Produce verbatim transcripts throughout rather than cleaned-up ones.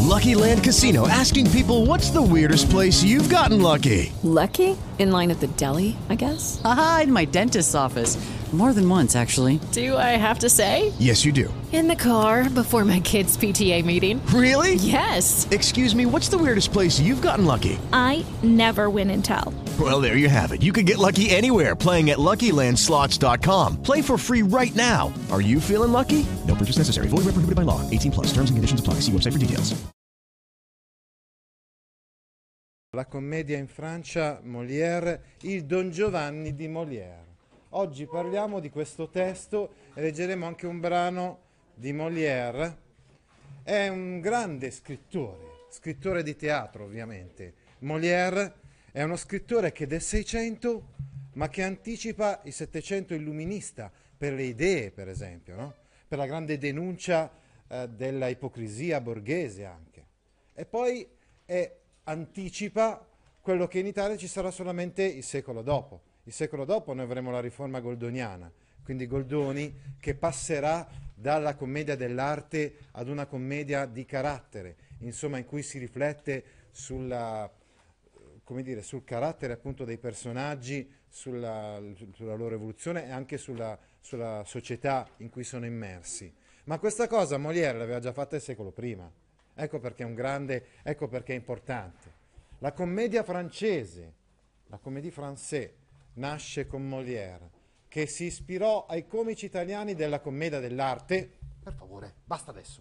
Lucky Land Casino, asking people, what's the weirdest place you've gotten lucky? Lucky? In line at the deli, I guess? Aha, in my dentist's office. More than once, actually. Do I have to say? Yes, you do. In the car before my kids' P T A meeting. Really? Yes. Excuse me, what's the weirdest place you've gotten lucky? I never win and tell. Well, there you have it. You can get lucky anywhere, playing at Lucky Land Slots dot com. Play for free right now. Are you feeling lucky? No purchase necessary. Void where prohibited by law. eighteen plus. Terms and conditions apply. See website for details. La commedia in Francia, Molière, il Don Giovanni di Molière. Oggi parliamo di questo testo e leggeremo anche un brano di Molière. È un grande scrittore, scrittore di teatro ovviamente. Molière è uno scrittore che è del Seicento, ma che anticipa il Settecento illuminista per le idee, per esempio, no? Per la grande denuncia eh, della ipocrisia borghese anche. E poi è, anticipa quello che in Italia ci sarà solamente il secolo dopo. Il secolo dopo noi avremo la riforma goldoniana, quindi Goldoni che passerà dalla commedia dell'arte ad una commedia di carattere, insomma in cui si riflette sulla, come dire, sul carattere appunto dei personaggi, sulla, sulla loro evoluzione e anche sulla, sulla società in cui sono immersi. Ma questa cosa Molière l'aveva già fatta il secolo prima, ecco perché è un grande, ecco perché è importante. La commedia francese, la comédie française, nasce con Molière, che si ispirò ai comici italiani della commedia dell'arte. Per favore, basta adesso.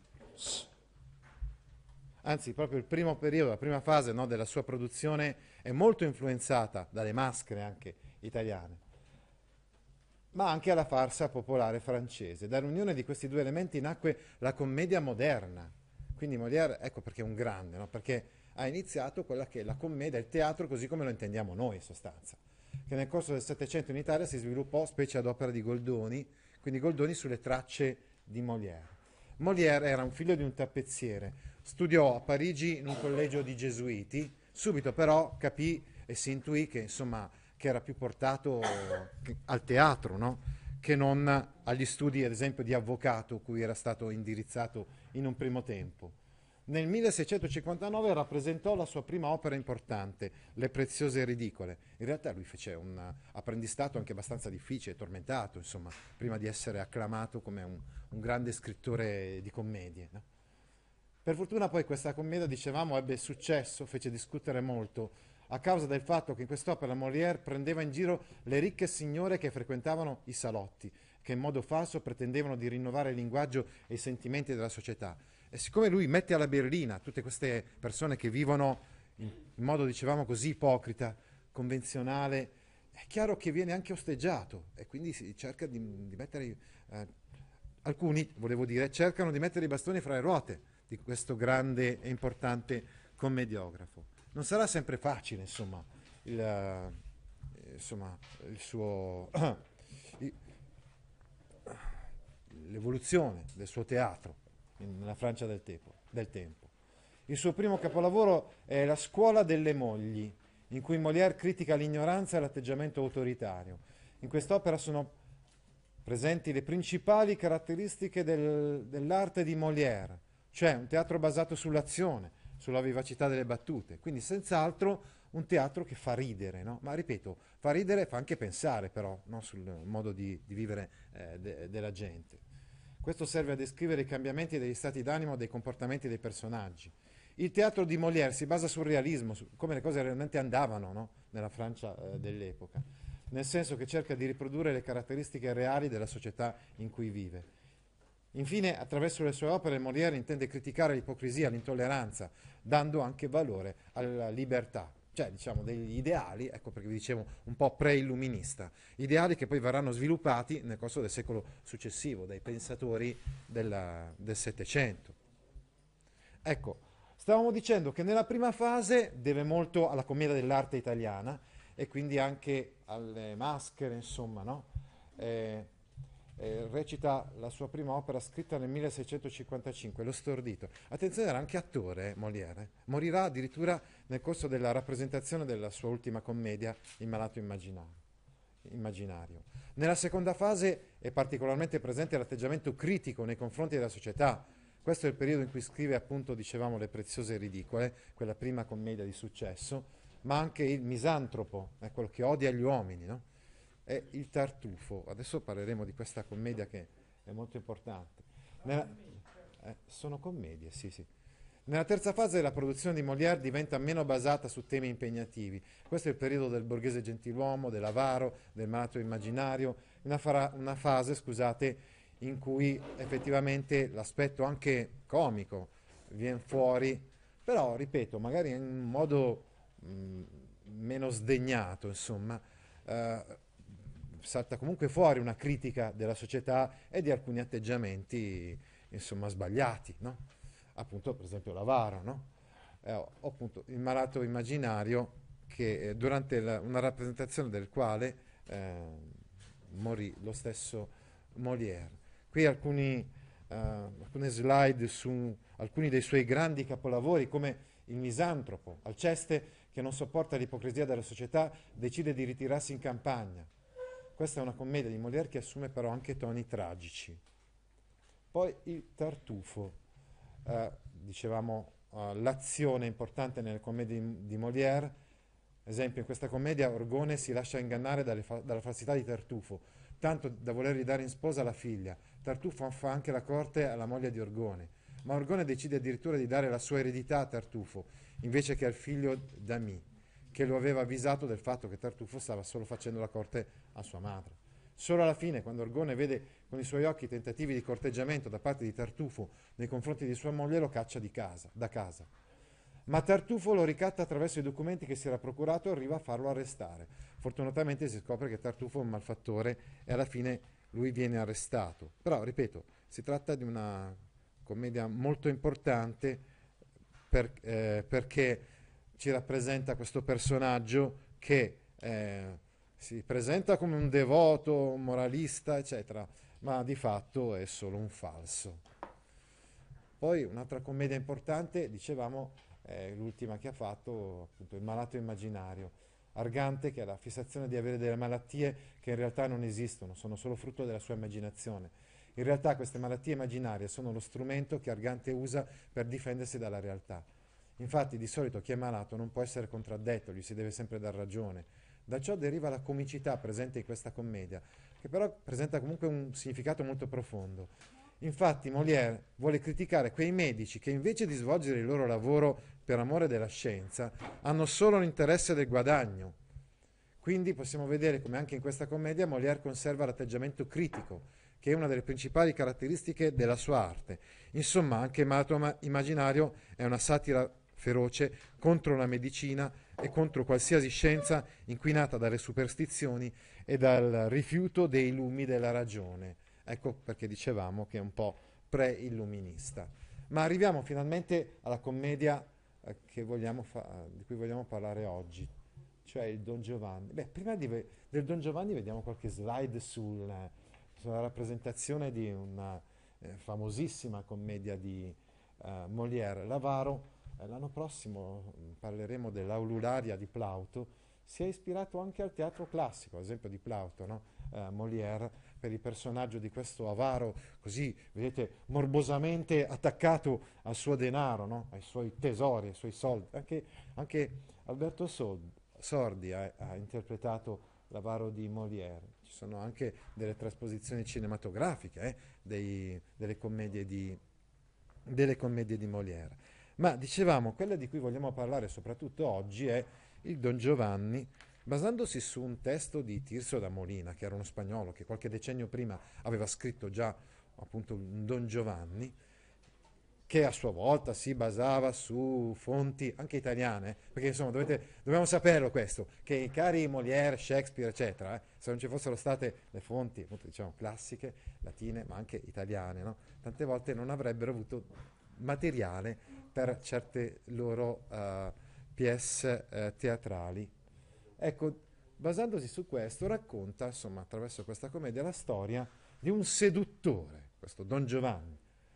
Anzi, proprio il primo periodo, la prima fase, no, della sua produzione è molto influenzata dalle maschere anche italiane, ma anche alla farsa popolare francese. Dall'unione di questi due elementi nacque la commedia moderna. Quindi Molière, ecco perché è un grande, no? Perché ha iniziato quella che è la commedia, il teatro così come lo intendiamo noi in sostanza, che nel corso del Settecento in Italia si sviluppò specie ad opera di Goldoni, quindi Goldoni sulle tracce di Molière. Molière era un figlio di un tappezziere, studiò a Parigi in un collegio di gesuiti, subito però capì e si intuì che, insomma, che era più portato al teatro, no? Che non agli studi, ad esempio, di avvocato cui era stato indirizzato in un primo tempo. Nel milleseicentocinquantanove rappresentò la sua prima opera importante, Le preziose ridicole. In realtà lui fece un apprendistato anche abbastanza difficile, tormentato, insomma, prima di essere acclamato come un, un grande scrittore di commedie, no? Per fortuna poi questa commedia, dicevamo, ebbe successo, fece discutere molto, a causa del fatto che in quest'opera Molière prendeva in giro le ricche signore che frequentavano i salotti, che in modo falso pretendevano di rinnovare il linguaggio e i sentimenti della società. E siccome lui mette alla berlina tutte queste persone che vivono in, in modo, dicevamo così, ipocrita, convenzionale, è chiaro che viene anche osteggiato e quindi si cerca di, di mettere, eh, alcuni, volevo dire, cercano di mettere i bastoni fra le ruote di questo grande e importante commediografo. Non sarà sempre facile, insomma, il, eh, insomma, il suo, l'evoluzione del suo teatro nella Francia del tempo, del tempo. Il suo primo capolavoro è La scuola delle mogli, in cui Molière critica l'ignoranza e l'atteggiamento autoritario. In quest'opera sono presenti le principali caratteristiche del, dell'arte di Molière, cioè un teatro basato sull'azione, sulla vivacità delle battute, quindi senz'altro un teatro che fa ridere, no? Ma ripeto, fa ridere e fa anche pensare però, no? Sul modo di, di vivere eh, de, della gente. Questo serve a descrivere i cambiamenti degli stati d'animo e dei comportamenti dei personaggi. Il teatro di Molière si basa sul realismo, su come le cose realmente andavano, no? Nella Francia eh, dell'epoca, nel senso che cerca di riprodurre le caratteristiche reali della società in cui vive. Infine, attraverso le sue opere, Molière intende criticare l'ipocrisia, l'intolleranza, dando anche valore alla libertà, cioè diciamo degli ideali, ecco perché vi dicevo un po' pre-illuminista, ideali che poi verranno sviluppati nel corso del secolo successivo dai pensatori della, del Settecento. Ecco, stavamo dicendo che nella prima fase deve molto alla commedia dell'arte italiana e quindi anche alle maschere, insomma, no? Eh, Eh, recita la sua prima opera scritta nel milleseicentocinquantacinque, Lo stordito. Attenzione, era anche attore, eh, Molière. Morirà addirittura nel corso della rappresentazione della sua ultima commedia, Il malato immaginario. immaginario. Nella seconda fase è particolarmente presente l'atteggiamento critico nei confronti della società, Questo è il periodo in cui scrive, appunto, dicevamo, Le preziose ridicole, quella prima commedia di successo, ma anche Il misantropo, è quello che odia gli uomini, no? E Il tartufo. Adesso parleremo di questa commedia che è molto importante. Nella, eh, sono commedie, sì, sì. Nella terza fase la produzione di Molière diventa meno basata su temi impegnativi. Questo è il periodo del borghese gentiluomo, dell'avaro, del malato immaginario, una, fara- una fase, scusate, in cui effettivamente l'aspetto anche comico viene fuori, però, ripeto, magari in un modo mh, meno sdegnato, insomma, eh, salta comunque fuori una critica della società e di alcuni atteggiamenti, insomma, sbagliati, no? Appunto, per esempio, l'avaro, no? Eh, o appunto il malato immaginario, che eh, durante la, una rappresentazione del quale eh, morì lo stesso Molière. Qui alcuni, uh, alcune slide su alcuni dei suoi grandi capolavori, come Il misantropo. Alceste, che non sopporta l'ipocrisia della società, decide di ritirarsi in campagna. Questa è una commedia di Molière che assume però anche toni tragici. Poi Il tartufo. Uh, dicevamo uh, l'azione importante nelle commedie di, di Molière. Esempio, in questa commedia Orgone si lascia ingannare dalle fa- dalla falsità di Tartufo, tanto da volergli dare in sposa la figlia. Tartufo fa anche la corte alla moglie di Orgone, ma Orgone decide addirittura di dare la sua eredità a Tartufo, invece che al figlio Damy, che lo aveva avvisato del fatto che Tartufo stava solo facendo la corte a sua madre. Solo alla fine, quando Orgone vede con i suoi occhi tentativi di corteggiamento da parte di Tartufo nei confronti di sua moglie, lo caccia di casa, da casa. Ma Tartufo lo ricatta attraverso i documenti che si era procurato e arriva a farlo arrestare. Fortunatamente si scopre che Tartufo è un malfattore e alla fine lui viene arrestato. Però, ripeto, si tratta di una commedia molto importante per, eh, perché ci rappresenta questo personaggio che eh, si presenta come un devoto, un moralista, eccetera, ma di fatto è solo un falso. Poi un'altra commedia importante, dicevamo, è l'ultima che ha fatto, appunto, Il malato immaginario. Argante, che ha la fissazione di avere delle malattie che in realtà non esistono, sono solo frutto della sua immaginazione. In realtà queste malattie immaginarie sono lo strumento che Argante usa per difendersi dalla realtà. Infatti di solito chi è malato non può essere contraddetto, gli si deve sempre dar ragione. Da ciò deriva la comicità presente in questa commedia, che però presenta comunque un significato molto profondo. Infatti Molière vuole criticare quei medici che invece di svolgere il loro lavoro per amore della scienza hanno solo l'interesse del guadagno. Quindi possiamo vedere come anche in questa commedia Molière conserva l'atteggiamento critico, che è una delle principali caratteristiche della sua arte. Insomma, anche Il malato immaginario è una satira feroce contro la medicina e contro qualsiasi scienza inquinata dalle superstizioni e dal rifiuto dei lumi della ragione. Ecco perché dicevamo che è un po' pre-illuminista. Ma arriviamo finalmente alla commedia eh, che vogliamo fa- di cui vogliamo parlare oggi, cioè il Don Giovanni. Beh, prima di ve- del Don Giovanni vediamo qualche slide sul, sulla rappresentazione di una eh, famosissima commedia di eh, Molière, L'avaro. Eh, l'anno prossimo mh, parleremo dell'Aulularia di Plauto. Si è ispirato anche al teatro classico, ad esempio di Plauto, no? eh, Molière, per il personaggio di questo avaro così, vedete, morbosamente attaccato al suo denaro, no? Ai suoi tesori, ai suoi soldi. Anche, anche Alberto Sol- Sordi ha, ha interpretato l'avaro di Molière. Ci sono anche delle trasposizioni cinematografiche eh, dei, delle, commedie di, delle commedie di Molière. Ma dicevamo, quella di cui vogliamo parlare soprattutto oggi è il Don Giovanni, basandosi su un testo di Tirso da Molina, che era uno spagnolo che qualche decennio prima aveva scritto già appunto un Don Giovanni, che a sua volta si basava su fonti anche italiane, perché insomma dovete, dobbiamo saperlo questo, che i cari Molière, Shakespeare, eccetera, eh, se non ci fossero state le fonti, appunto, diciamo, classiche, latine, ma anche italiane, no? Tante volte non avrebbero avuto materiale per certe loro uh, pièce uh, teatrali. Ecco, basandosi su questo, racconta, insomma, attraverso questa commedia, la storia di un seduttore, questo Don Giovanni,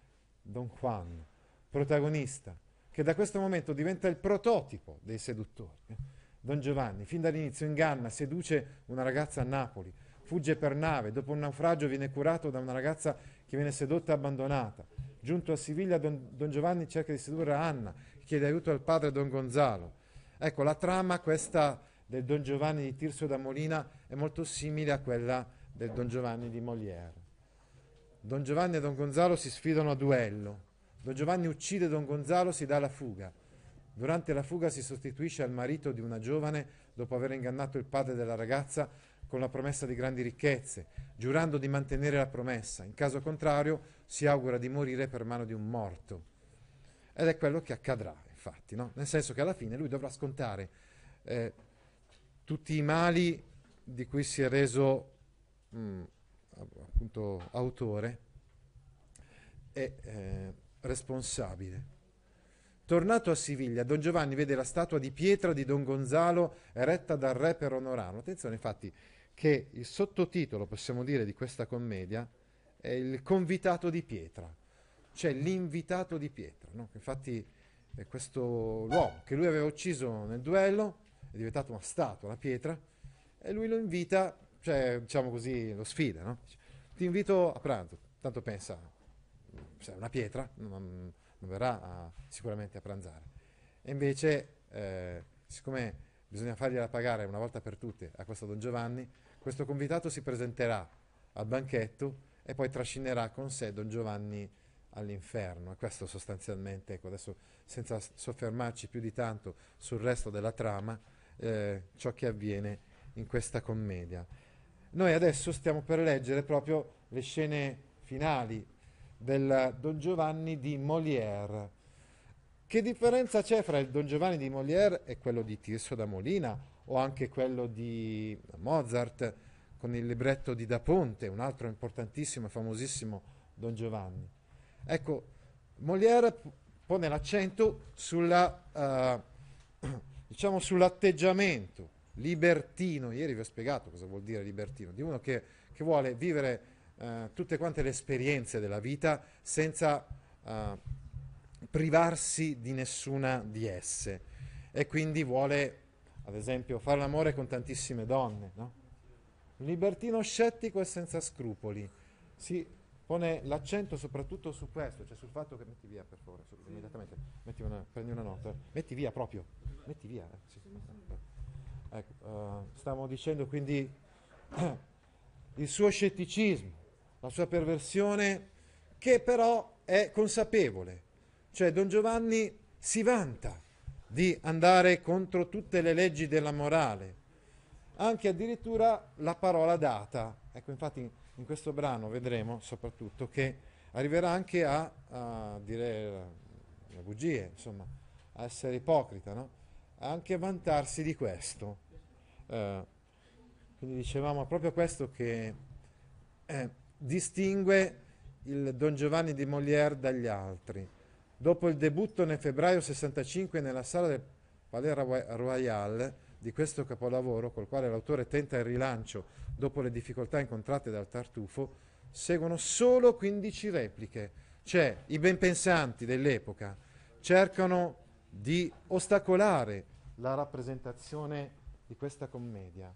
Don Juan, protagonista, che da questo momento diventa il prototipo dei seduttori. Don Giovanni, fin dall'inizio, inganna, seduce una ragazza a Napoli, fugge per nave, dopo un naufragio viene curato da una ragazza che viene sedotta e abbandonata. Giunto a Siviglia, Don, Don Giovanni cerca di sedurre Anna, chiede aiuto al padre Don Gonzalo. Ecco, la trama questa del Don Giovanni di Tirso da Molina è molto simile a quella del Don Giovanni di Molière. Don Giovanni e Don Gonzalo si sfidano a duello. Don Giovanni uccide Don Gonzalo, si dà la fuga. Durante la fuga si sostituisce al marito di una giovane dopo aver ingannato il padre della ragazza con la promessa di grandi ricchezze, giurando di mantenere la promessa. In caso contrario si augura di morire per mano di un morto. Ed è quello che accadrà, infatti, no? Nel senso che alla fine lui dovrà scontare eh, tutti i mali di cui si è reso mh, appunto autore e eh, responsabile. Tornato a Siviglia, Don Giovanni vede la statua di pietra di Don Gonzalo eretta dal re per onorarlo. Attenzione infatti che il sottotitolo, possiamo dire, di questa commedia è il convitato di pietra, cioè l'invitato di pietra, no? Infatti è questo l'uomo che lui aveva ucciso nel duello, è diventato una statua, una pietra, e lui lo invita, cioè diciamo così, lo sfida, no? Ti invito a pranzo, tanto pensa, sei una pietra, non, non verrà a, sicuramente a pranzare. E invece, eh, siccome bisogna fargliela pagare una volta per tutte a questo Don Giovanni, questo convitato si presenterà al banchetto e poi trascinerà con sé Don Giovanni all'inferno. E questo sostanzialmente, ecco, adesso senza soffermarci più di tanto sul resto della trama, eh, ciò che avviene in questa commedia. Noi adesso stiamo per leggere proprio le scene finali del Don Giovanni di Molière. Che differenza c'è fra il Don Giovanni di Molière e quello di Tirso da Molina o anche quello di Mozart con il libretto di Da Ponte, un altro importantissimo e famosissimo Don Giovanni? Ecco, Molière pone l'accento sulla, uh, diciamo sull'atteggiamento libertino. Ieri vi ho spiegato cosa vuol dire libertino, di uno che, che vuole vivere Uh, tutte quante le esperienze della vita senza uh, privarsi di nessuna di esse, e quindi vuole, ad esempio, fare l'amore con tantissime donne, no? Libertino scettico e senza scrupoli. Si pone l'accento soprattutto su questo, cioè sul fatto che metti via per favore, su, immediatamente metti una, prendi una nota, metti via proprio, metti via. Eh, sì. Ecco, uh, stavo dicendo quindi il suo scetticismo, la sua perversione, che però è consapevole. Cioè Don Giovanni si vanta di andare contro tutte le leggi della morale, anche addirittura la parola data. Ecco, infatti in, in questo brano vedremo soprattutto che arriverà anche a, a dire le bugie, insomma, a essere ipocrita, no? Anche a vantarsi di questo. Eh, quindi dicevamo proprio questo che eh, distingue il Don Giovanni di Molière dagli altri. Dopo il debutto nel febbraio sessantacinque nella sala del Palais Royal di questo capolavoro, col quale l'autore tenta il rilancio dopo le difficoltà incontrate dal Tartufo, seguono solo quindici repliche. Cioè i benpensanti dell'epoca cercano di ostacolare la rappresentazione di questa commedia.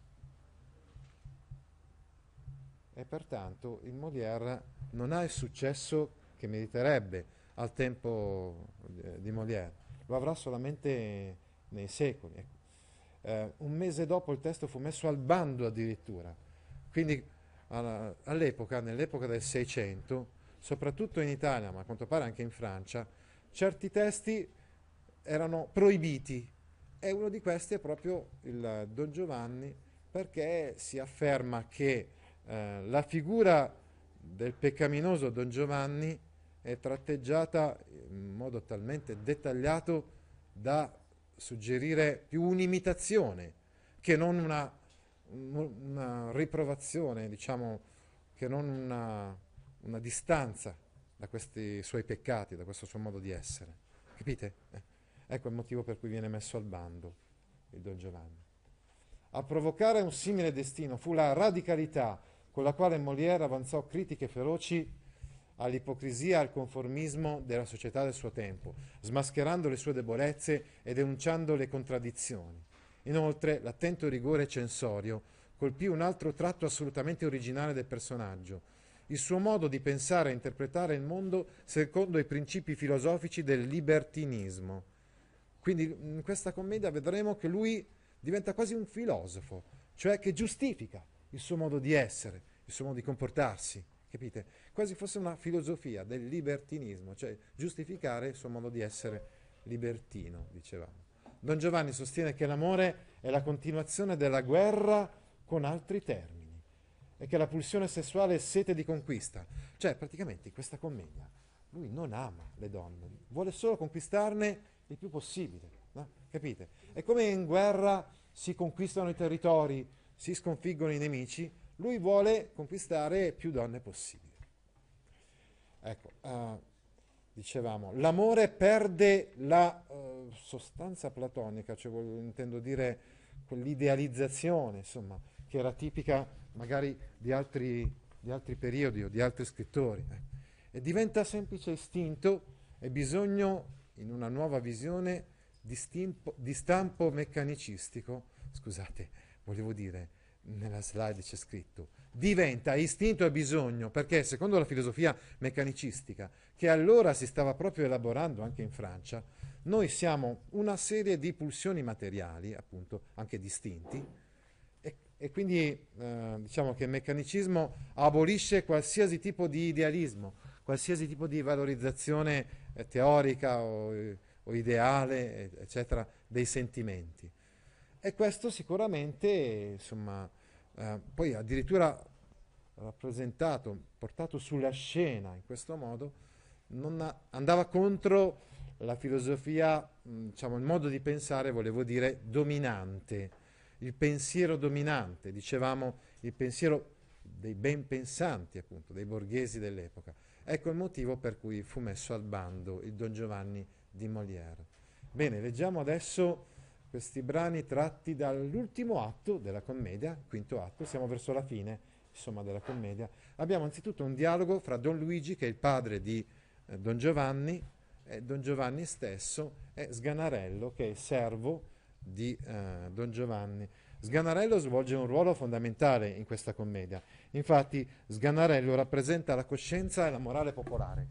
E pertanto il Molière non ha il successo che meriterebbe al tempo di Molière, lo avrà solamente nei secoli. Ecco. Eh, un mese dopo il testo fu messo al bando addirittura, quindi alla, all'epoca, nell'epoca del Seicento, soprattutto in Italia, ma a quanto pare anche in Francia, certi testi erano proibiti, e uno di questi è proprio il Don Giovanni, perché si afferma che Eh, la figura del peccaminoso Don Giovanni è tratteggiata in modo talmente dettagliato da suggerire più un'imitazione che non una, una riprovazione, diciamo, che non una, una distanza da questi suoi peccati, da questo suo modo di essere. Capite? Eh. Ecco il motivo per cui viene messo al bando il Don Giovanni. A provocare un simile destino fu la radicalità con la quale Molière avanzò critiche feroci all'ipocrisia e al conformismo della società del suo tempo, smascherando le sue debolezze e denunciando le contraddizioni. Inoltre, l'attento rigore censorio colpì un altro tratto assolutamente originale del personaggio, il suo modo di pensare e interpretare il mondo secondo i principi filosofici del libertinismo. Quindi in questa commedia vedremo che lui diventa quasi un filosofo, cioè che giustifica il suo modo di essere, il suo modo di comportarsi, capite? Quasi fosse una filosofia del libertinismo, cioè giustificare il suo modo di essere libertino, dicevamo. Don Giovanni sostiene che l'amore è la continuazione della guerra con altri termini e che la pulsione sessuale è sete di conquista. Cioè, praticamente, in questa commedia, lui non ama le donne, vuole solo conquistarne il più possibile, no? Capite? È come in guerra si conquistano i territori, si sconfiggono i nemici, lui vuole conquistare più donne possibili. Ecco, uh, dicevamo, l'amore perde la uh, sostanza platonica, cioè intendo dire quell'idealizzazione, insomma, che era tipica magari di altri, di altri periodi o di altri scrittori, eh. E diventa semplice istinto e bisogno in una nuova visione di, stimpo, di stampo meccanicistico, scusate, volevo dire, nella slide c'è scritto, diventa istinto e bisogno, perché secondo la filosofia meccanicistica, che allora si stava proprio elaborando anche in Francia, noi siamo una serie di pulsioni materiali, appunto, anche distinti, e, e quindi eh, diciamo che il meccanicismo abolisce qualsiasi tipo di idealismo, qualsiasi tipo di valorizzazione eh, teorica o, o ideale, eccetera, dei sentimenti. E questo sicuramente, insomma, eh, poi addirittura rappresentato, portato sulla scena in questo modo, non ha, andava contro la filosofia, mh, diciamo, il modo di pensare, volevo dire, dominante, il pensiero dominante, dicevamo, il pensiero dei ben pensanti, appunto, dei borghesi dell'epoca. Ecco il motivo per cui fu messo al bando il Don Giovanni di Molière. Bene, leggiamo adesso questi brani tratti dall'ultimo atto della commedia, quinto atto, siamo verso la fine, insomma, della commedia. Abbiamo anzitutto un dialogo fra Don Luigi, che è il padre di eh, Don Giovanni, e Don Giovanni stesso, e Sganarello, che è il servo di eh, Don Giovanni. Sganarello svolge un ruolo fondamentale in questa commedia. Infatti Sganarello rappresenta la coscienza e la morale popolare.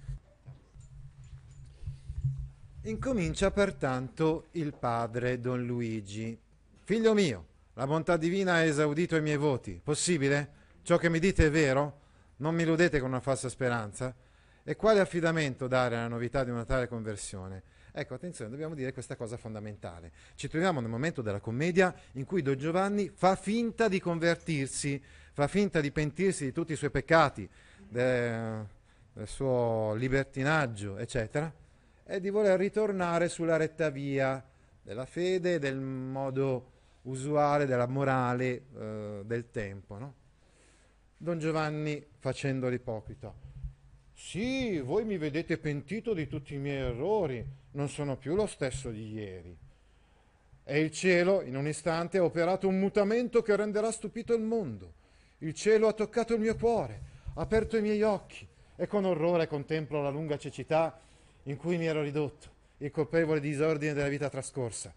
Incomincia pertanto il padre Don Luigi. Figlio mio, la bontà divina ha esaudito i miei voti. Possibile? Ciò che mi dite è vero? Non mi illudete con una falsa speranza? E quale affidamento dare alla novità di una tale conversione? Ecco, attenzione, dobbiamo dire questa cosa fondamentale. Ci troviamo nel momento della commedia in cui Don Giovanni fa finta di convertirsi, fa finta di pentirsi di tutti i suoi peccati, de, del suo libertinaggio, eccetera, e di voler ritornare sulla retta via della fede, del modo usuale, della morale eh, del tempo, no? Don Giovanni, facendo l'ipocrita: sì, voi mi vedete pentito di tutti i miei errori, non sono più lo stesso di ieri. E il cielo, in un istante, ha operato un mutamento che renderà stupito il mondo. Il cielo ha toccato il mio cuore, ha aperto i miei occhi, e con orrore contemplo la lunga cecità in cui mi ero ridotto, il colpevole disordine della vita trascorsa.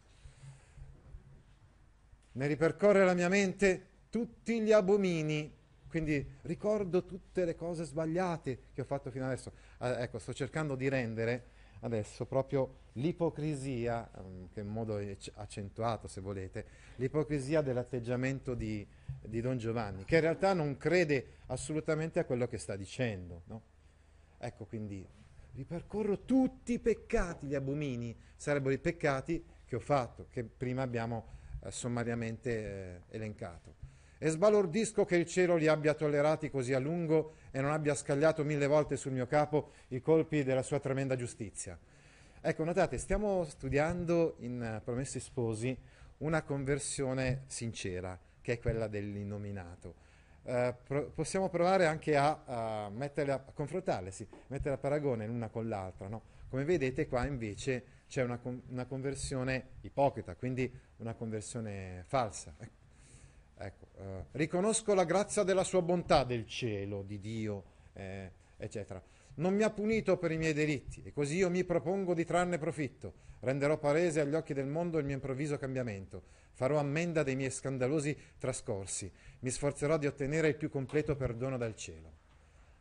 Ne ripercorre la mia mente tutti gli abomini. Quindi ricordo tutte le cose sbagliate che ho fatto fino adesso. Ah, ecco, sto cercando di rendere adesso proprio l'ipocrisia, um, che è in modo accentuato, se volete, l'ipocrisia dell'atteggiamento di, di Don Giovanni, che in realtà non crede assolutamente a quello che sta dicendo, no? Ecco, quindi ripercorro tutti i peccati, gli abomini sarebbero i peccati che ho fatto, che prima abbiamo eh, sommariamente eh, elencato. E sbalordisco che il cielo li abbia tollerati così a lungo e non abbia scagliato mille volte sul mio capo i colpi della sua tremenda giustizia. Ecco, notate, stiamo studiando in uh, Promessi Sposi una conversione sincera, che è quella dell'innominato. Uh, pro- possiamo provare anche a, a metterle a, a confrontarle, sì, mettere a paragone l'una con l'altra, no? Come vedete qua invece c'è una, con- una conversione ipocrita, quindi una conversione falsa. Ecco. Ecco, eh, riconosco la grazia della sua bontà, del cielo, di Dio, eh, eccetera. Non mi ha punito per i miei delitti e così io mi propongo di trarne profitto. Renderò palese agli occhi del mondo il mio improvviso cambiamento. Farò ammenda dei miei scandalosi trascorsi. Mi sforzerò di ottenere il più completo perdono dal cielo.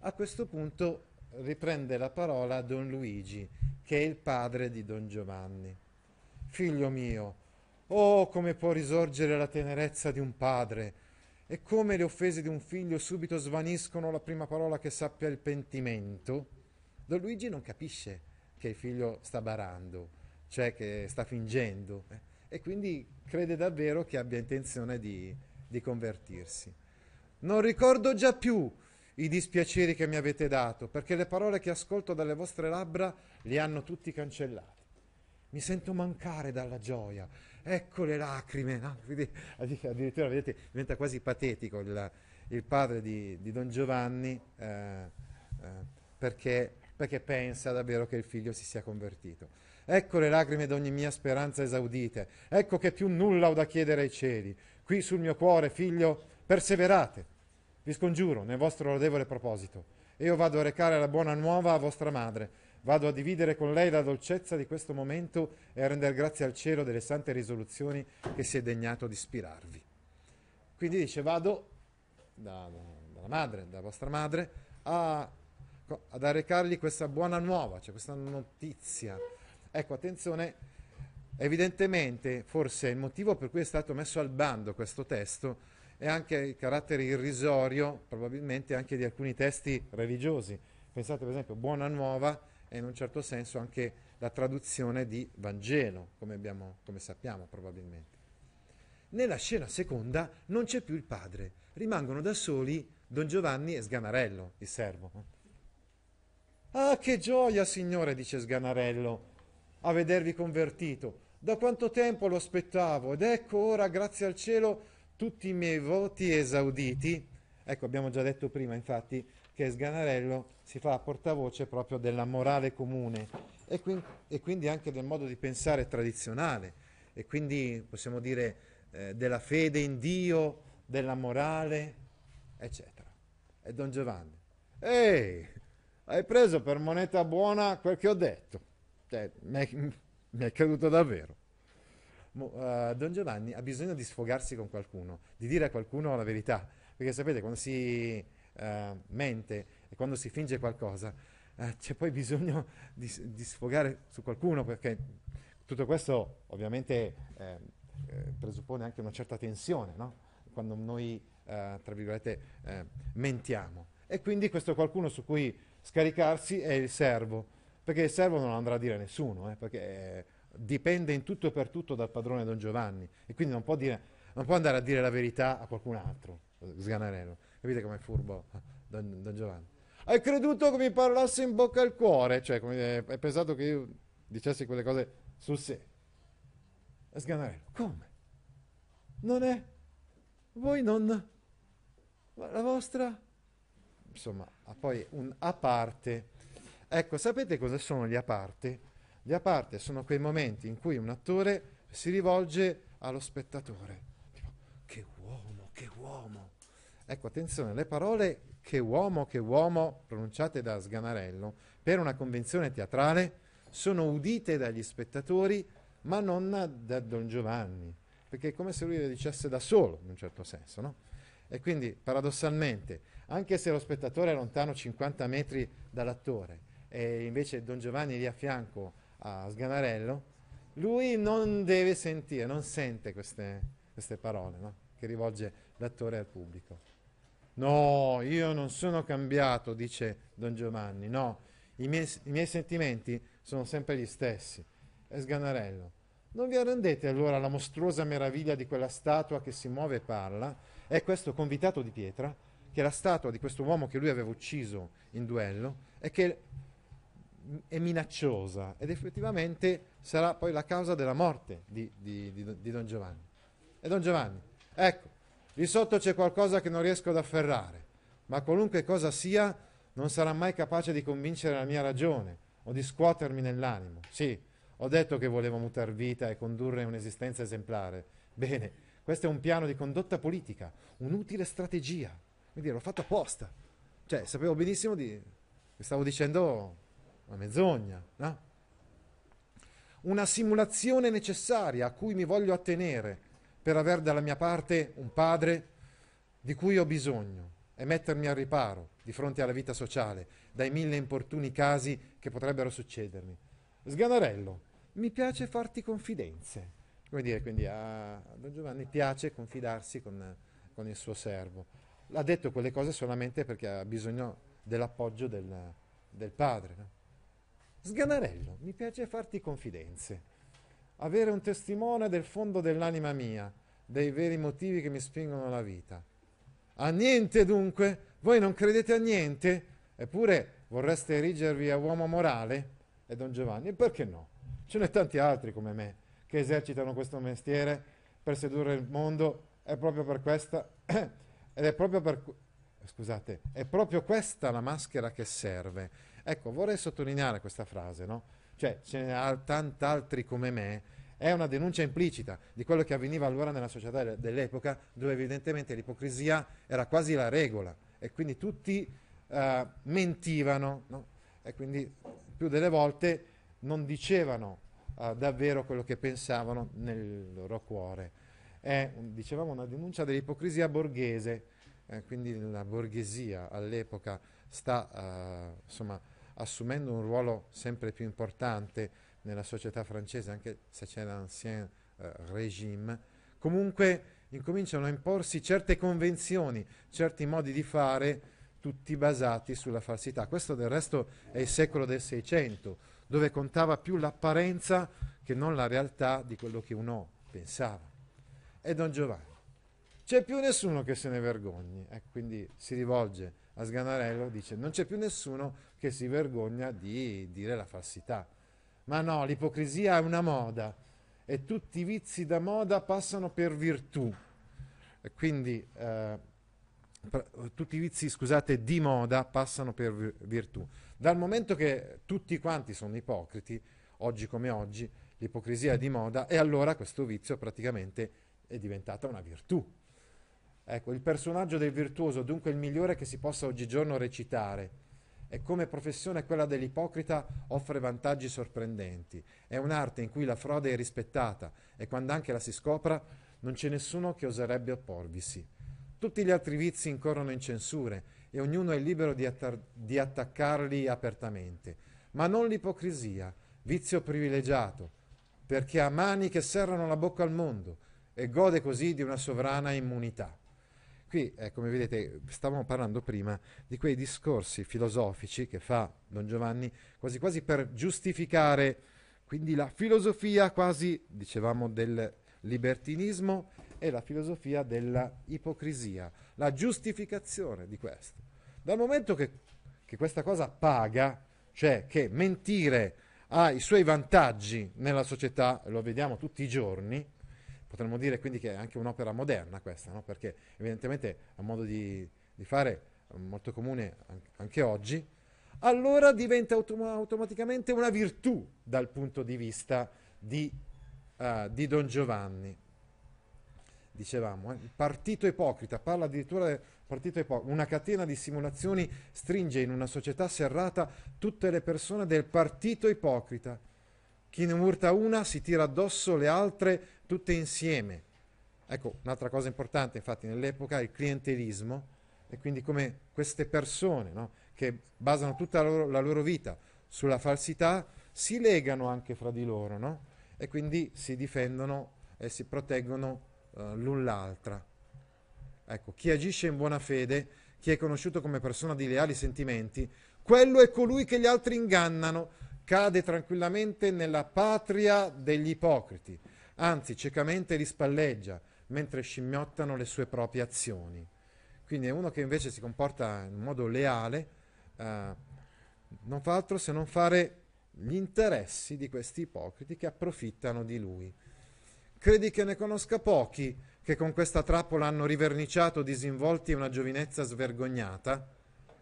A questo punto riprende la parola Don Luigi, che è il padre di Don Giovanni. Figlio mio, oh, come può risorgere la tenerezza di un padre, e come le offese di un figlio subito svaniscono la prima parola che sappia il pentimento. Don Luigi non capisce che il figlio sta barando, cioè che sta fingendo, eh, e quindi crede davvero che abbia intenzione di, di convertirsi. Non ricordo già più i dispiaceri che mi avete dato, perché le parole che ascolto dalle vostre labbra li hanno tutti cancellati. Mi sento mancare dalla gioia, ecco le lacrime, no? Quindi, addirittura vedete, diventa quasi patetico il, il padre di, di Don Giovanni, eh, eh, perché, perché pensa davvero che il figlio si sia convertito. Ecco le lacrime d'ogni mia speranza esaudite, ecco che più nulla ho da chiedere ai cieli. Qui sul mio cuore, figlio, perseverate, vi scongiuro nel vostro lodevole proposito. Io vado a recare la buona nuova a vostra madre, vado a dividere con lei la dolcezza di questo momento e a rendere grazie al cielo delle sante risoluzioni che si è degnato di ispirarvi. Quindi dice, vado da, da, dalla madre, da vostra madre, a, ad arrecargli questa buona nuova, cioè questa notizia. Ecco, attenzione, evidentemente, forse il motivo per cui è stato messo al bando questo testo è anche il carattere irrisorio, probabilmente anche di alcuni testi religiosi. Pensate per esempio, buona nuova, e in un certo senso anche la traduzione di Vangelo, come, abbiamo, come sappiamo probabilmente. Nella scena seconda non c'è più il padre, rimangono da soli Don Giovanni e Sganarello, il servo. Ah, che gioia, signore, dice Sganarello, a vedervi convertito. Da quanto tempo lo aspettavo, ed ecco ora, grazie al cielo, tutti i miei voti esauditi. Ecco, abbiamo già detto prima, infatti, che Sganarello si fa portavoce proprio della morale comune e, quin- e quindi anche del modo di pensare tradizionale, e quindi possiamo dire eh, della fede in Dio, della morale, eccetera. E Don Giovanni, ehi, hai preso per moneta buona quel che ho detto, cioè, mi hai creduto davvero. Mo, uh, Don Giovanni ha bisogno di sfogarsi con qualcuno, di dire a qualcuno la verità, perché sapete, quando si uh, mente e quando si finge qualcosa, uh, c'è poi bisogno di, di sfogare su qualcuno, perché tutto questo ovviamente eh, eh, presuppone anche una certa tensione, no? Quando noi, uh, tra virgolette, eh, mentiamo. E quindi questo qualcuno su cui scaricarsi è il servo, perché il servo non andrà a dire a nessuno, eh, perché... Eh, dipende in tutto e per tutto dal padrone Don Giovanni, e quindi non può, dire, non può andare a dire la verità a qualcun altro, Sganarello. Capite com'è furbo Don, Don Giovanni? Hai creduto che mi parlasse in bocca al cuore, cioè come, hai pensato che io dicessi quelle cose sul serio. Sganarello, come? Non è? Voi non? La vostra? Insomma, poi un a parte. Ecco, sapete cosa sono gli a parte? Gli a parte sono quei momenti in cui un attore si rivolge allo spettatore. Tipo, che uomo, che uomo. Ecco, attenzione, le parole che uomo, che uomo, pronunciate da Sganarello, per una convenzione teatrale, sono udite dagli spettatori, ma non da Don Giovanni, perché è come se lui le dicesse da solo, in un certo senso, no? E quindi, paradossalmente, anche se lo spettatore è lontano cinquanta metri dall'attore, e invece Don Giovanni è lì a fianco a Sganarello, lui non deve sentire, non sente queste, queste parole, no? Che rivolge l'attore al pubblico. No, io non sono cambiato, dice Don Giovanni, no, i miei, i miei sentimenti sono sempre gli stessi. E Sganarello, non vi arrendete allora alla mostruosa meraviglia di quella statua che si muove e parla? È questo convitato di pietra, che è la statua di questo uomo che lui aveva ucciso in duello e che è minacciosa, ed effettivamente sarà poi la causa della morte di, di, di, di Don Giovanni. E Don Giovanni, ecco, lì sotto c'è qualcosa che non riesco ad afferrare, ma qualunque cosa sia non sarà mai capace di convincere la mia ragione o di scuotermi nell'animo. Sì, ho detto che volevo mutar vita e condurre un'esistenza esemplare. Bene, questo è un piano di condotta politica, un'utile strategia. Quindi l'ho fatto apposta. Cioè, sapevo benissimo di... che stavo dicendo una menzogna, no? Una simulazione necessaria a cui mi voglio attenere per aver dalla mia parte un padre di cui ho bisogno. e mettermi al riparo di fronte alla vita sociale, dai mille importuni casi che potrebbero succedermi. Sganarello, mi piace farti confidenze. Come dire, quindi a Don Giovanni piace confidarsi con, con il suo servo. Ha detto quelle cose solamente perché ha bisogno dell'appoggio del, del padre. No? Sganarello, mi piace farti confidenze. Avere un testimone del fondo dell'anima mia, dei veri motivi che mi spingono alla vita. A niente dunque? Voi non credete a niente? Eppure vorreste erigervi a uomo morale? E Don Giovanni, e perché no? Ce n'è tanti altri come me che esercitano questo mestiere per sedurre il mondo, è proprio per questa ed è proprio per scusate, è proprio questa la maschera che serve. Ecco, vorrei sottolineare questa frase, no? Cioè, ce n'è tanti altri come me, è una denuncia implicita di quello che avveniva allora nella società dell'epoca, dove evidentemente l'ipocrisia era quasi la regola e quindi tutti uh, mentivano, no? E quindi più delle volte non dicevano uh, davvero quello che pensavano nel loro cuore. È, dicevamo, una denuncia dell'ipocrisia borghese, eh, quindi la borghesia all'epoca sta uh, insomma assumendo un ruolo sempre più importante nella società francese, anche se c'è l'ancien uh, régime. Comunque incominciano a imporsi certe convenzioni, certi modi di fare, tutti basati sulla falsità. Questo del resto è il secolo del Seicento, dove contava più l'apparenza che non la realtà di quello che uno pensava. E Don Giovanni, c'è più nessuno che se ne vergogni, e quindi si rivolge a Sganarello, dice non c'è più nessuno che si vergogna di dire la falsità. Ma no, l'ipocrisia è una moda e tutti i vizi da moda passano per virtù. E quindi eh, tutti i vizi, scusate, di moda passano per virtù. Dal momento che tutti quanti sono ipocriti, oggi come oggi, l'ipocrisia è di moda e allora questo vizio praticamente è diventata una virtù. Ecco, il personaggio del virtuoso, dunque il migliore che si possa oggigiorno recitare, e come professione quella dell'ipocrita offre vantaggi sorprendenti. È un'arte in cui la frode è rispettata e quando anche la si scopra non c'è nessuno che oserebbe opporvisi. Tutti gli altri vizi incorrono in censure e ognuno è libero di, attar- di attaccarli apertamente, ma non l'ipocrisia, vizio privilegiato, perché ha mani che serrano la bocca al mondo e gode così di una sovrana immunità. Qui, eh, come vedete, stavamo parlando prima di quei discorsi filosofici che fa Don Giovanni quasi quasi per giustificare quindi la filosofia quasi, dicevamo, del libertinismo e la filosofia della ipocrisia, la giustificazione di questo. Dal momento che, che questa cosa paga, cioè che mentire ha i suoi vantaggi nella società, lo vediamo tutti i giorni, potremmo dire quindi che è anche un'opera moderna questa, no? Perché evidentemente è un modo di, di fare molto comune anche oggi, allora diventa autom- automaticamente una virtù dal punto di vista di, uh, di Don Giovanni. Dicevamo, eh? Il partito ipocrita, parla addirittura del partito ipocrita, una catena di simulazioni stringe in una società serrata tutte le persone del partito ipocrita. Chi ne urta una si tira addosso le altre tutte insieme. Ecco, un'altra cosa importante infatti nell'epoca è il clientelismo e quindi come queste persone, no, che basano tutta la loro, la loro vita sulla falsità si legano anche fra di loro, no? E quindi si difendono e si proteggono uh, l'un l'altra. Ecco, chi agisce in buona fede, chi è conosciuto come persona di leali sentimenti, quello è colui che gli altri ingannano, cade tranquillamente nella patria degli ipocriti, anzi ciecamente li spalleggia, mentre scimmiottano le sue proprie azioni. Quindi è uno che invece si comporta in modo leale, eh, non fa altro se non fare gli interessi di questi ipocriti che approfittano di lui. Credi che ne conosca pochi che con questa trappola hanno riverniciato disinvolti una giovinezza svergognata?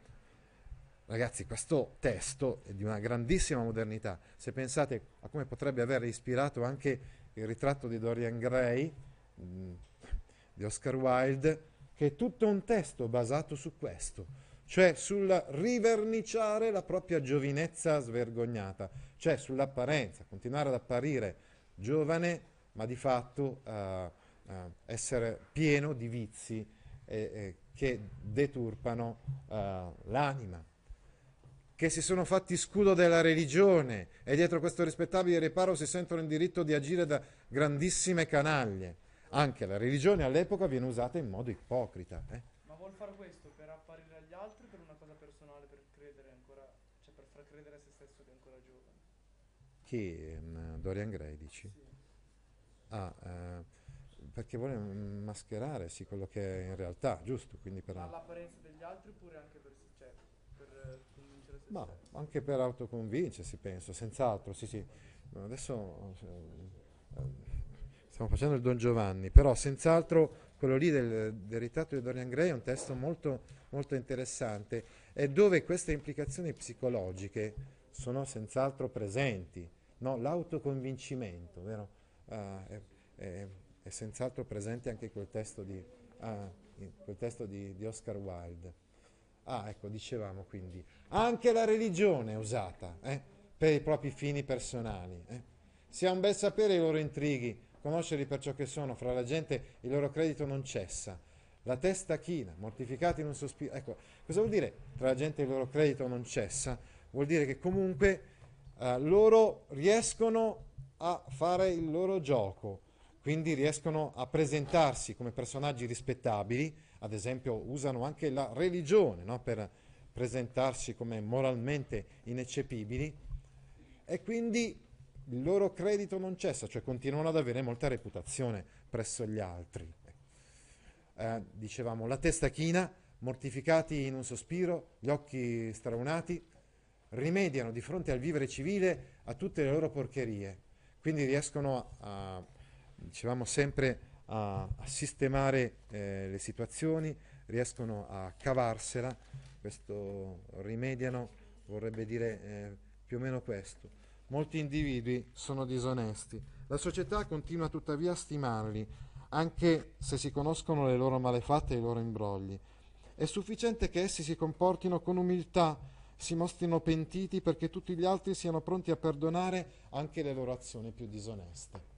Ragazzi, questo testo è di una grandissima modernità. Se pensate a come potrebbe aver ispirato anche il ritratto di Dorian Gray, mh, di Oscar Wilde, che è tutto un testo basato su questo, cioè sul riverniciare la propria giovinezza svergognata, cioè sull'apparenza, continuare ad apparire giovane, ma di fatto uh, uh, essere pieno di vizi eh, eh, che deturpano eh, l'anima, che si sono fatti scudo della religione e dietro questo rispettabile riparo si sentono in diritto di agire da grandissime canaglie. Anche la religione all'epoca viene usata in modo ipocrita. Eh? Ma vuol fare questo per apparire agli altri, per una cosa personale, per credere ancora, cioè per far credere a se stesso che è ancora giovane? Chi? Um, Dorian Gray, dici? Sì. Ah, eh, perché vuole mascherare sì, quello che è in realtà, giusto? Quindi per... All'apparenza degli altri oppure anche per, cioè, per eh, convincere se Ma stesso? anche per autoconvincersi, penso, senz'altro, sì sì. Adesso eh, stiamo facendo il Don Giovanni, però senz'altro quello lì del, del ritratto di Dorian Gray è un testo molto, molto interessante e dove queste implicazioni psicologiche sono senz'altro presenti, no? L'autoconvincimento, vero? Uh, è, è, è senz'altro presente anche quel testo di, uh, quel testo di, di Oscar Wilde. Ah, ecco, dicevamo quindi, anche la religione è usata eh, per i propri fini personali. Eh. Si ha un bel sapere i loro intrighi, conoscerli per ciò che sono, fra la gente il loro credito non cessa. La testa china, mortificati in un sospiro. Ecco, cosa vuol dire tra la gente il loro credito non cessa? Vuol dire che comunque eh, loro riescono a fare il loro gioco, quindi riescono a presentarsi come personaggi rispettabili, ad esempio usano anche la religione, no, per presentarsi come moralmente ineccepibili e quindi il loro credito non cessa, cioè continuano ad avere molta reputazione presso gli altri. Eh, dicevamo, la testa china, mortificati in un sospiro, gli occhi straunati, rimediano di fronte al vivere civile a tutte le loro porcherie, quindi riescono a, a dicevamo sempre, a, a sistemare eh, le situazioni, riescono a cavarsela, questo rimediano vorrebbe dire eh, più o meno questo. Molti individui sono disonesti, la società continua tuttavia a stimarli, anche se si conoscono le loro malefatte e i loro imbrogli. È sufficiente che essi si comportino con umiltà, si mostrino pentiti perché tutti gli altri siano pronti a perdonare anche le loro azioni più disoneste.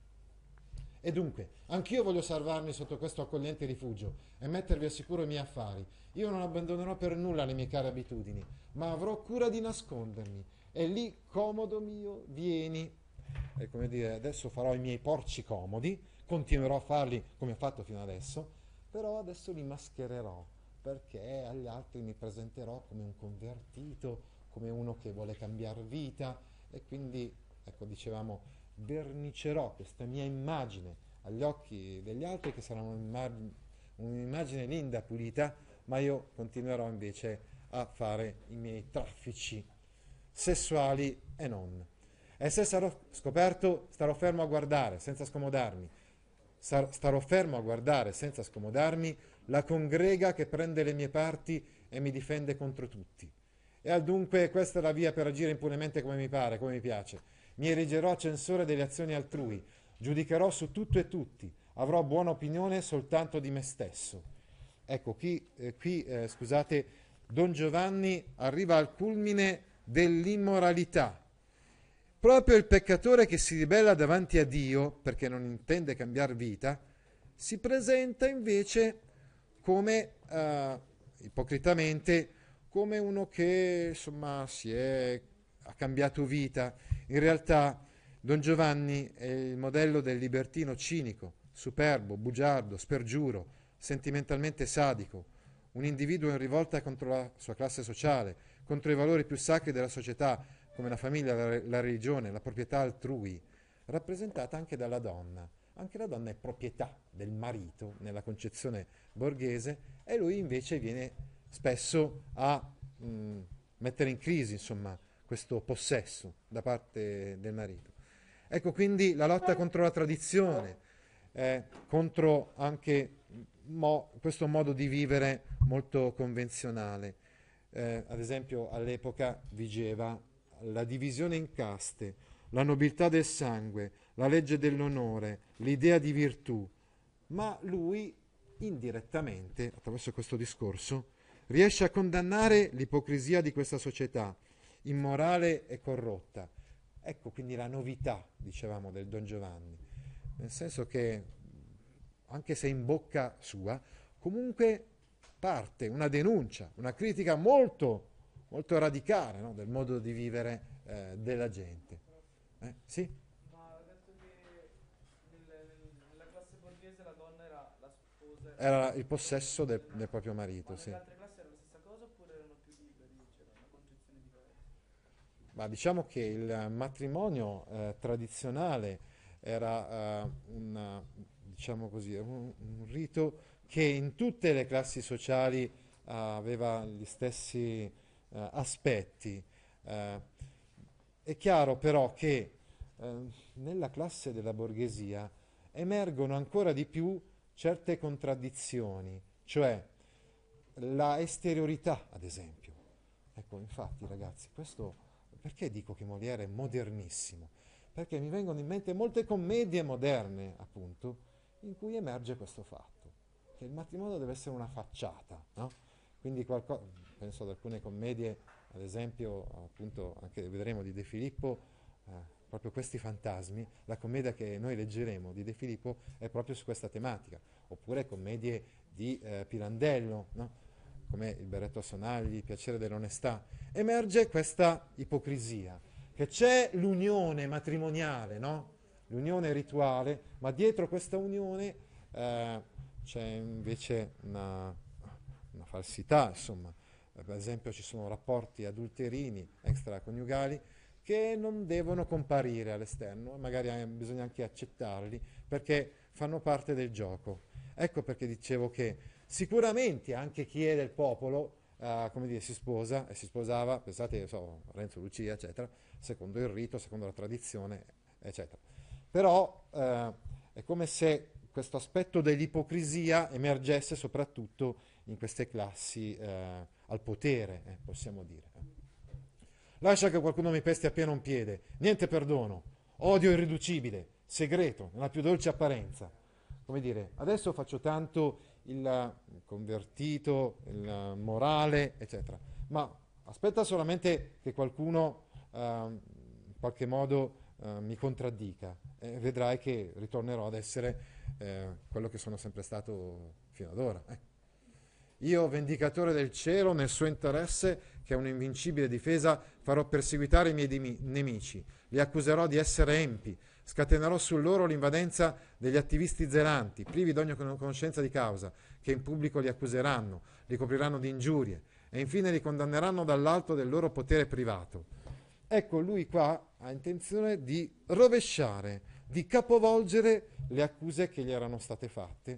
E dunque, anch'io voglio salvarmi sotto questo accogliente rifugio e mettervi al sicuro i miei affari. Io non abbandonerò per nulla le mie care abitudini, ma avrò cura di nascondermi. E lì, comodo mio, vieni. E come dire, adesso farò i miei porci comodi, continuerò a farli come ho fatto fino adesso, però adesso li maschererò, perché agli altri mi presenterò come un convertito, come uno che vuole cambiare vita, e quindi, ecco, dicevamo, vernicerò questa mia immagine agli occhi degli altri, che sarà un'immagine, un'immagine linda, pulita, ma io continuerò invece a fare i miei traffici sessuali e non. E se sarò scoperto, starò fermo a guardare, senza scomodarmi. Sar- starò fermo a guardare, senza scomodarmi, la congrega che prende le mie parti e mi difende contro tutti. E al dunque questa è la via per agire impunemente come mi pare, come mi piace. Mi erigerò censore delle azioni altrui, giudicherò su tutto e tutti, avrò buona opinione soltanto di me stesso. Ecco, qui, eh, qui eh, scusate, Don Giovanni arriva al culmine dell'immoralità. Proprio il peccatore che si ribella davanti a Dio, perché non intende cambiare vita, si presenta invece come, eh, ipocritamente, come uno che, insomma, si è, ha cambiato vita. In realtà Don Giovanni è il modello del libertino cinico, superbo, bugiardo, spergiuro, sentimentalmente sadico, un individuo in rivolta contro la sua classe sociale, contro i valori più sacri della società, come la famiglia, la, la religione, la proprietà altrui, rappresentata anche dalla donna. Anche la donna è proprietà del marito nella concezione borghese, e lui invece viene spesso a mh, mettere in crisi, insomma, questo possesso da parte del marito. Ecco quindi la lotta contro la tradizione, eh, contro anche mo, questo modo di vivere molto convenzionale. Eh, ad esempio all'epoca vigeva la divisione in caste, la nobiltà del sangue, la legge dell'onore, l'idea di virtù, ma lui indirettamente, attraverso questo discorso, riesce a condannare l'ipocrisia di questa società, immorale e corrotta. Ecco quindi la novità, dicevamo, del Don Giovanni, nel senso che, anche se in bocca sua, comunque parte, una denuncia, una critica molto, molto radicale, no? Del modo di vivere eh, della gente. Eh? Sì? Ma ha detto che nel- nel- nella classe borghese la donna era la sposa. Era il possesso del, del proprio marito, Ma sì. nelle altre classi era la stessa cosa oppure erano più liberi? C'era una concezione diversa? Ma diciamo che il matrimonio eh, tradizionale era eh, una, diciamo così, un, un rito che in tutte le classi sociali eh, aveva gli stessi eh, aspetti. Eh, è chiaro però che eh, nella classe della borghesia emergono ancora di più certe contraddizioni, cioè la esteriorità, ad esempio. Ecco, infatti, ragazzi, questo perché dico che Molière è modernissimo? Perché mi vengono in mente molte commedie moderne, appunto, in cui emerge questo fatto, che il matrimonio deve essere una facciata, no? Quindi qualco- penso ad alcune commedie, ad esempio, appunto, anche vedremo di De Filippo, eh, proprio questi fantasmi, la commedia che noi leggeremo di De Filippo è proprio su questa tematica, oppure commedie di eh, Pirandello, no? Come Il berretto a sonagli, Il piacere dell'onestà, emerge questa ipocrisia, che c'è l'unione matrimoniale, no? L'unione rituale, ma dietro questa unione eh, c'è invece una, una falsità, insomma. Per esempio ci sono rapporti adulterini, extraconiugali, che non devono comparire all'esterno, magari eh, bisogna anche accettarli, perché fanno parte del gioco. Ecco perché dicevo che sicuramente anche chi è del popolo, eh, come dire, si sposa e si sposava, pensate, so, Renzo Lucia, eccetera, secondo il rito, secondo la tradizione, eccetera. Però eh, è come se questo aspetto dell'ipocrisia emergesse soprattutto in queste classi eh, al potere, eh, possiamo dire. Lascia che qualcuno mi pesti appena un piede, niente perdono, odio irriducibile, segreto, nella più dolce apparenza. Come dire, adesso faccio tanto il convertito, il morale, eccetera, ma aspetta solamente che qualcuno eh, in qualche modo eh, mi contraddica e vedrai che ritornerò ad essere eh, quello che sono sempre stato fino ad ora. Eh. Io, vendicatore del cielo, nel suo interesse, che è un'invincibile difesa, farò perseguitare i miei dimi- nemici, li accuserò di essere empi, scatenerò su loro l'invadenza degli attivisti zelanti, privi di ogni conoscenza di causa, che in pubblico li accuseranno, li copriranno di ingiurie e infine li condanneranno dall'alto del loro potere privato. Ecco, lui qua ha intenzione di rovesciare, di capovolgere le accuse che gli erano state fatte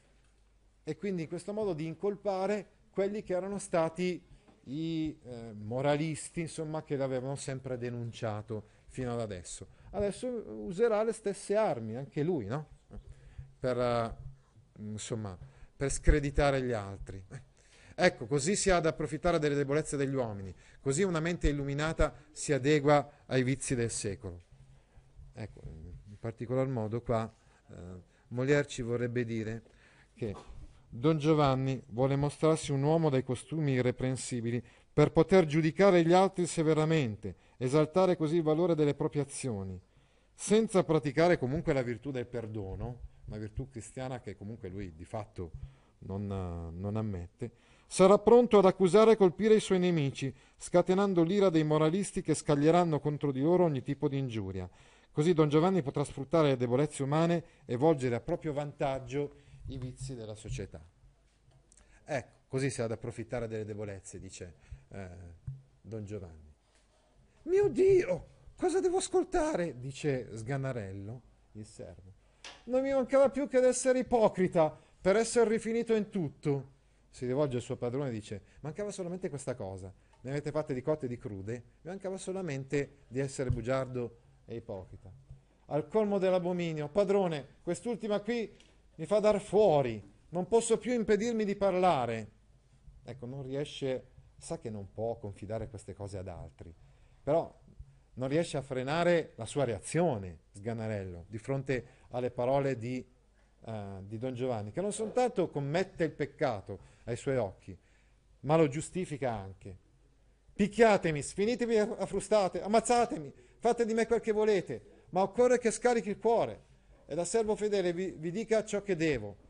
e quindi in questo modo di incolpare quelli che erano stati i eh, moralisti, insomma, che l'avevano sempre denunciato fino ad adesso. Adesso userà le stesse armi, anche lui, no? Per, uh, insomma, per screditare gli altri. Ecco, così si ha ad approfittare delle debolezze degli uomini, così una mente illuminata si adegua ai vizi del secolo. Ecco, in particolar modo qua eh, Molière ci vorrebbe dire che Don Giovanni vuole mostrarsi un uomo dai costumi irreprensibili per poter giudicare gli altri severamente, esaltare così il valore delle proprie azioni, senza praticare comunque la virtù del perdono, una virtù cristiana che comunque lui di fatto non, non ammette. Sarà pronto ad accusare e colpire i suoi nemici, scatenando l'ira dei moralisti che scaglieranno contro di loro ogni tipo di ingiuria. Così Don Giovanni potrà sfruttare le debolezze umane e volgere a proprio vantaggio i vizi della società. Ecco, così si ha ad approfittare delle debolezze, dice eh, Don Giovanni. Mio Dio, cosa devo ascoltare? Dice Sgannarello, il servo. Non mi mancava più che d'essere ipocrita per essere rifinito in tutto. Si rivolge al suo padrone e dice: mancava solamente questa cosa, ne avete fatte di cotte e di crude, mi mancava solamente di essere bugiardo e ipocrita. Al colmo dell'abominio: padrone, quest'ultima qui mi fa dar fuori, non posso più impedirmi di parlare. Ecco, non riesce, sa che non può confidare queste cose ad altri, però non riesce a frenare la sua reazione, Sgannarello, di fronte alle parole di, uh, di Don Giovanni, che non soltanto commette il peccato ai suoi occhi, ma lo giustifica anche. Picchiatemi, sfinitevi a frustate, ammazzatemi, fate di me quel che volete, ma occorre che scarichi il cuore e da servo fedele vi, vi dica ciò che devo.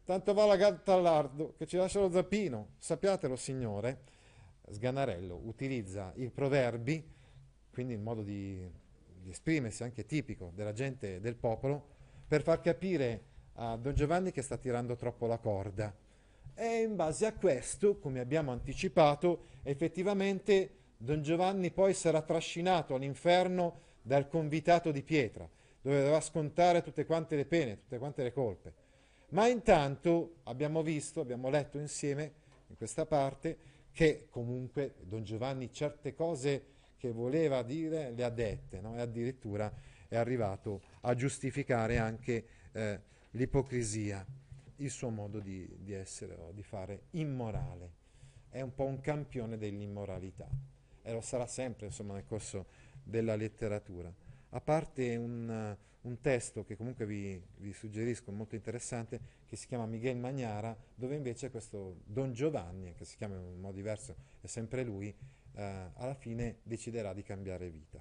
tanto va la gatta al lardo che ci lascia lo zappino. Sappiatelo, signore, Sganarello utilizza i proverbi, quindi il modo di, di esprimersi anche tipico della gente del popolo, per far capire a Don Giovanni che sta tirando troppo la corda. E in base a questo, come abbiamo anticipato, effettivamente Don Giovanni poi sarà trascinato all'inferno dal convitato di pietra, dove dovrà scontare tutte quante le pene, tutte quante le colpe. Ma intanto abbiamo visto, abbiamo letto insieme in questa parte, che comunque Don Giovanni certe cose che voleva dire le ha dette, no? E addirittura è arrivato a giustificare anche eh, l'ipocrisia, il suo modo di, di essere o di fare immorale. È un po' un campione dell'immoralità e lo sarà sempre, insomma, nel corso della letteratura. A parte un, un testo che comunque vi, vi suggerisco, molto interessante, che si chiama Miguel Magnara, dove invece questo Don Giovanni, che si chiama in un modo diverso, è sempre lui, eh, alla fine deciderà di cambiare vita.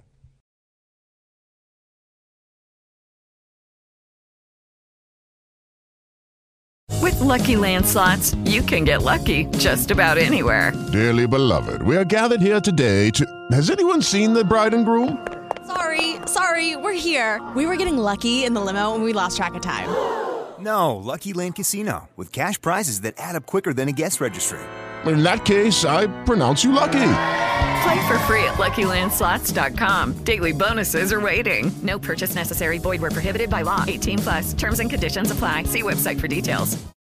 With Lucky Land Slots, you can get lucky just about anywhere. Dearly beloved, we are gathered here today to... Has anyone seen the bride and groom? Sorry, sorry, we're here. We were getting lucky in the limo and we lost track of time. No, Lucky Land Casino, with cash prizes that add up quicker than a guest registry. In that case, I pronounce you lucky. Play for free at Lucky Land Slots dot com. Daily bonuses are waiting. No purchase necessary. Void where prohibited by law. eighteen plus. Terms and conditions apply. See website for details.